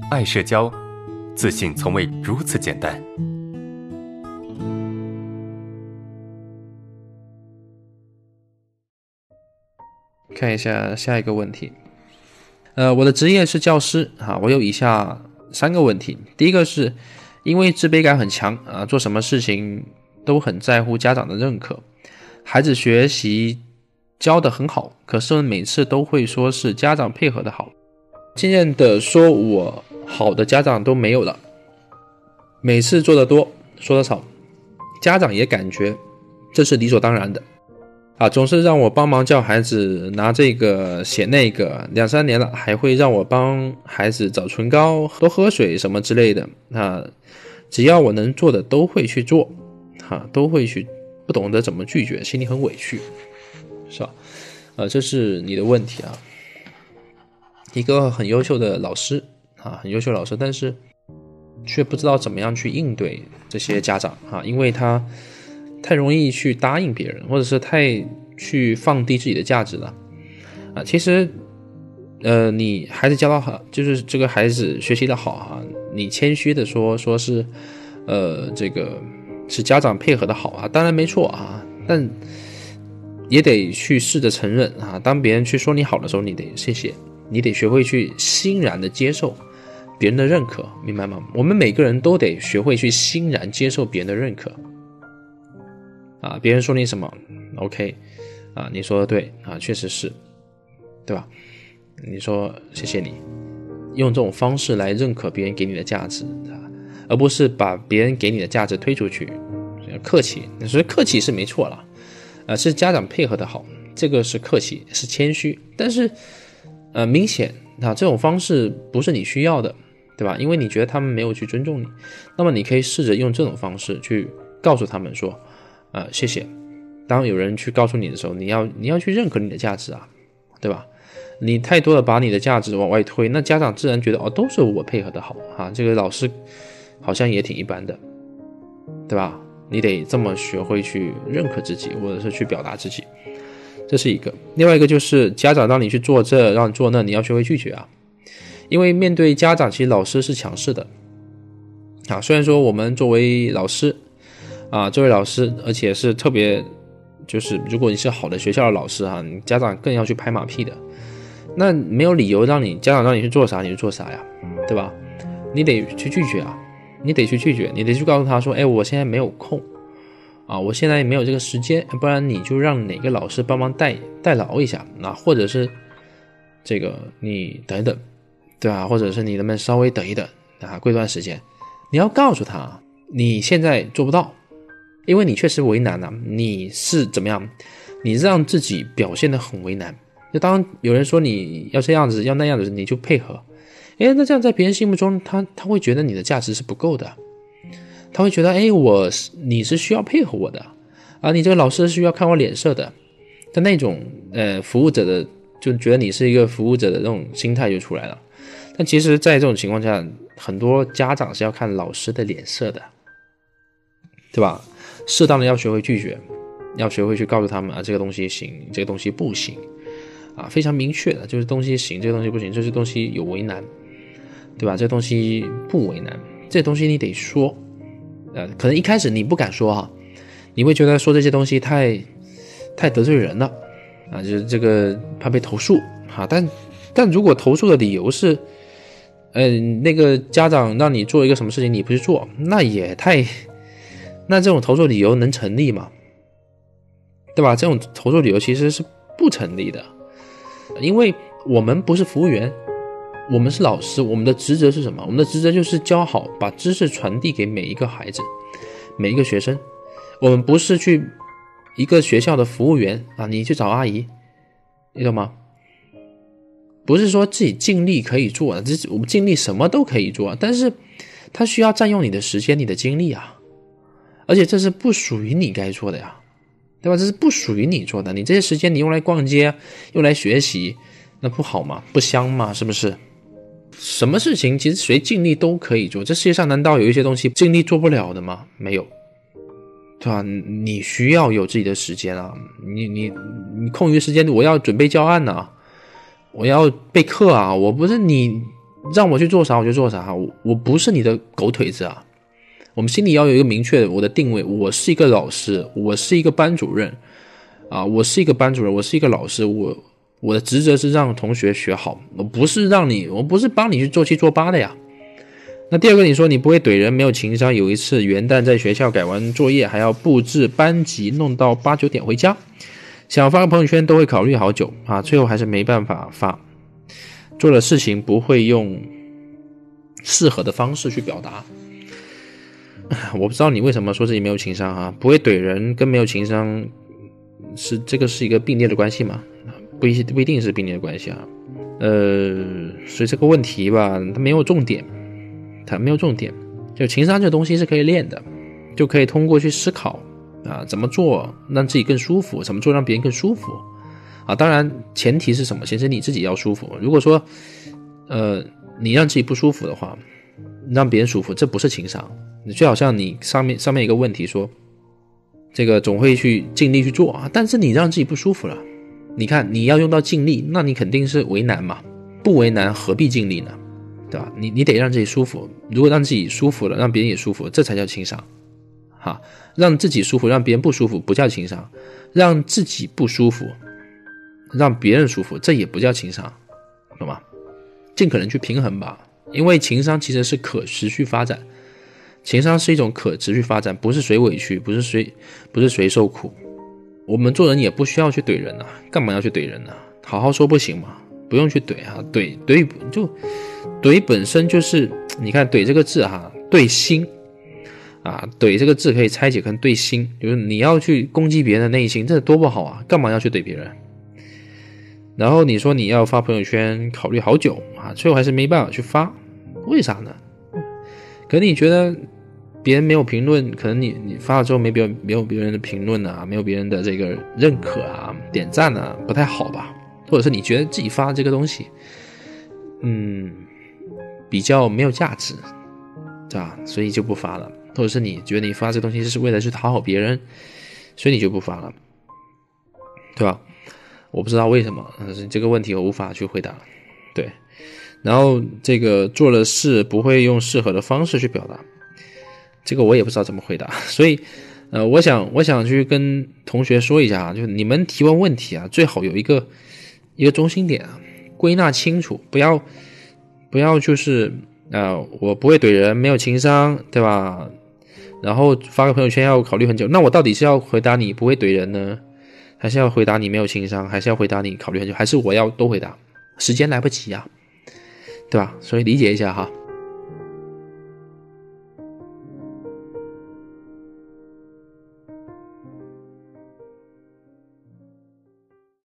爱社交，自信从未如此简单。 看一下下一个问题。我的职业是教师我有以下3个问题。第一个是因为自卑感很强做什么事情都很在乎家长的认可，孩子学习教得很好，可是每次都会说是家长配合的好，渐渐的说我好的家长都没有了，每次做得多说得少，家长也感觉这是理所当然的总是让我帮忙叫孩子拿这个写那个，2-3年了还会让我帮孩子找唇膏多喝水什么之类的只要我能做的都会去做都会去，不懂得怎么拒绝，心里很委屈，是吧？这是你的问题一个很优秀的老师很优秀的老师，但是却不知道怎么样去应对这些家长因为他太容易去答应别人，或者是太去放低自己的价值了其实你孩子教得好，就是这个孩子学习的好你谦虚的说是这个是家长配合的好当然没错但也得去试着承认当别人去说你好的时候，你得谢谢，你得学会去欣然的接受别人的认可，明白吗？我们每个人都得学会去欣然接受别人的认可别人说你什么 OK你说的对确实是，对吧？你说谢谢你，用这种方式来认可别人给你的价值而不是把别人给你的价值推出去客气。所以客气是没错了是家长配合的好，这个是客气，是谦虚，但是明显这种方式不是你需要的，对吧？因为你觉得他们没有去尊重你，那么你可以试着用这种方式去告诉他们说谢谢。当有人去告诉你的时候，你要去认可你的价值对吧？你太多的把你的价值往外推，那家长自然觉得都是我配合的好这个老师好像也挺一般的，对吧？你得这么学会去认可自己，或者是去表达自己，这是一个。另外一个就是家长让你去做这让你做那，你要学会拒绝因为面对家长，其实老师是强势的虽然说我们作为老师作为老师，而且是特别就是如果你是好的学校的老师你家长更要去拍马屁的，那没有理由让你家长让你去做啥你就做啥呀，对吧？你得去拒绝你得去拒绝，你得去告诉他说我现在没有空我现在也没有这个时间，不然你就让哪个老师帮忙代劳一下或者是这个你等一等，对吧？或者是你能不能稍微等一等过一段时间，你要告诉他你现在做不到，因为你确实为难你是怎么样，你让自己表现得很为难。就当有人说你要这样子要那样子，你就配合那这样在别人心目中他会觉得你的价值是不够的，他会觉得你是需要配合我的你这个老师是需要看我脸色的那种服务者的，就觉得你是一个服务者的那种心态就出来了。但其实在这种情况下，很多家长是要看老师的脸色的，对吧？适当的要学会拒绝，要学会去告诉他们这个东西行，这个东西不行非常明确的，就是东西行，这个东西不行，这些东西有为难，对吧？这个东西不为难，这东西你得说可能一开始你不敢说你会觉得说这些东西太得罪人了就是这个怕被投诉但如果投诉的理由是那个家长让你做一个什么事情你不去做，那这种投诉理由能成立吗？对吧？这种投诉理由其实是不成立的，因为我们不是服务员，我们是老师，我们的职责是什么？我们的职责就是教好，把知识传递给每一个孩子，每一个学生。我们不是去一个学校的服务员你去找阿姨，你懂吗？不是说自己尽力可以做我们尽力什么都可以做但是它需要占用你的时间，你的精力而且这是不属于你该做的对吧？这是不属于你做的，你这些时间你用来逛街，用来学习，那不好吗？不香吗？是不是？什么事情其实谁尽力都可以做，这世界上难道有一些东西尽力做不了的吗？没有，对吧？你需要有自己的时间你空余时间我要准备教案我要备课我不是你让我去做啥我就做啥，我不是你的狗腿子啊。我们心里要有一个明确的我的定位，我是一个老师，我是一个班主任啊，我是一个班主任，我是一个老师，我的职责是让同学学好，我不是帮你去做七做八的呀。那第二个，你说你不会怼人，没有情商，有一次元旦在学校改完作业还要布置班级，弄到8、9点回家，想发个朋友圈都会考虑好久啊，最后还是没办法发。做的事情不会用适合的方式去表达。我不知道你为什么说自己没有情商啊？不会怼人跟没有情商这个是一个并列的关系吗？不一定是并列的关系啊。所以这个问题吧，它没有重点，就情商这东西是可以练的，就可以通过去思考啊，怎么做让自己更舒服，怎么做让别人更舒服啊。当然前提是什么？其实你自己要舒服。如果说你让自己不舒服的话，让别人舒服，这不是情商。你就好像你上面一个问题说，这个总会去尽力去做啊，但是你让自己不舒服了，你看你要用到尽力，那你肯定是为难嘛，不为难何必尽力呢？对吧？你得让自己舒服，如果让自己舒服了，让别人也舒服，这才叫情商哈。让自己舒服，让别人不舒服不叫情商，让自己不舒服，让别人舒服，这也不叫情商，懂吗？尽可能去平衡吧，因为情商其实是可持续发展，情商是一种可持续发展，不是谁委屈，不是谁受苦。我们做人也不需要去怼人啊，干嘛要去怼人啊？好好说不行吗？不用去怼啊，怼本身就是，你看怼这个字哈，对心啊，怼这个字可以拆解成对心，就是你要去攻击别人的内心，这多不好啊，干嘛要去怼别人？然后你说你要发朋友圈，考虑好久啊，最后还是没办法去发，为啥呢？可能你觉得别人没有评论，可能你发了之后没有别人的评论啊，没有别人的这个认可啊、点赞啊，不太好吧？或者是你觉得自己发这个东西，比较没有价值，对吧？所以就不发了。或者是你觉得你发这个东西是为了去讨好别人，所以你就不发了，对吧？我不知道为什么，这个问题我无法去回答。对，然后这个做了事不会用适合的方式去表达，这个我也不知道怎么回答。所以我想去跟同学说一下啊，就是你们提问题啊，最好有一个中心点啊，归纳清楚，不要就是我不会怼人，没有情商，对吧？然后发个朋友圈要考虑很久，那我到底是要回答你不会怼人呢，还是要回答你没有情商，还是要回答你考虑很久，还是我要都回答？时间来不及啊，对吧？所以理解一下哈。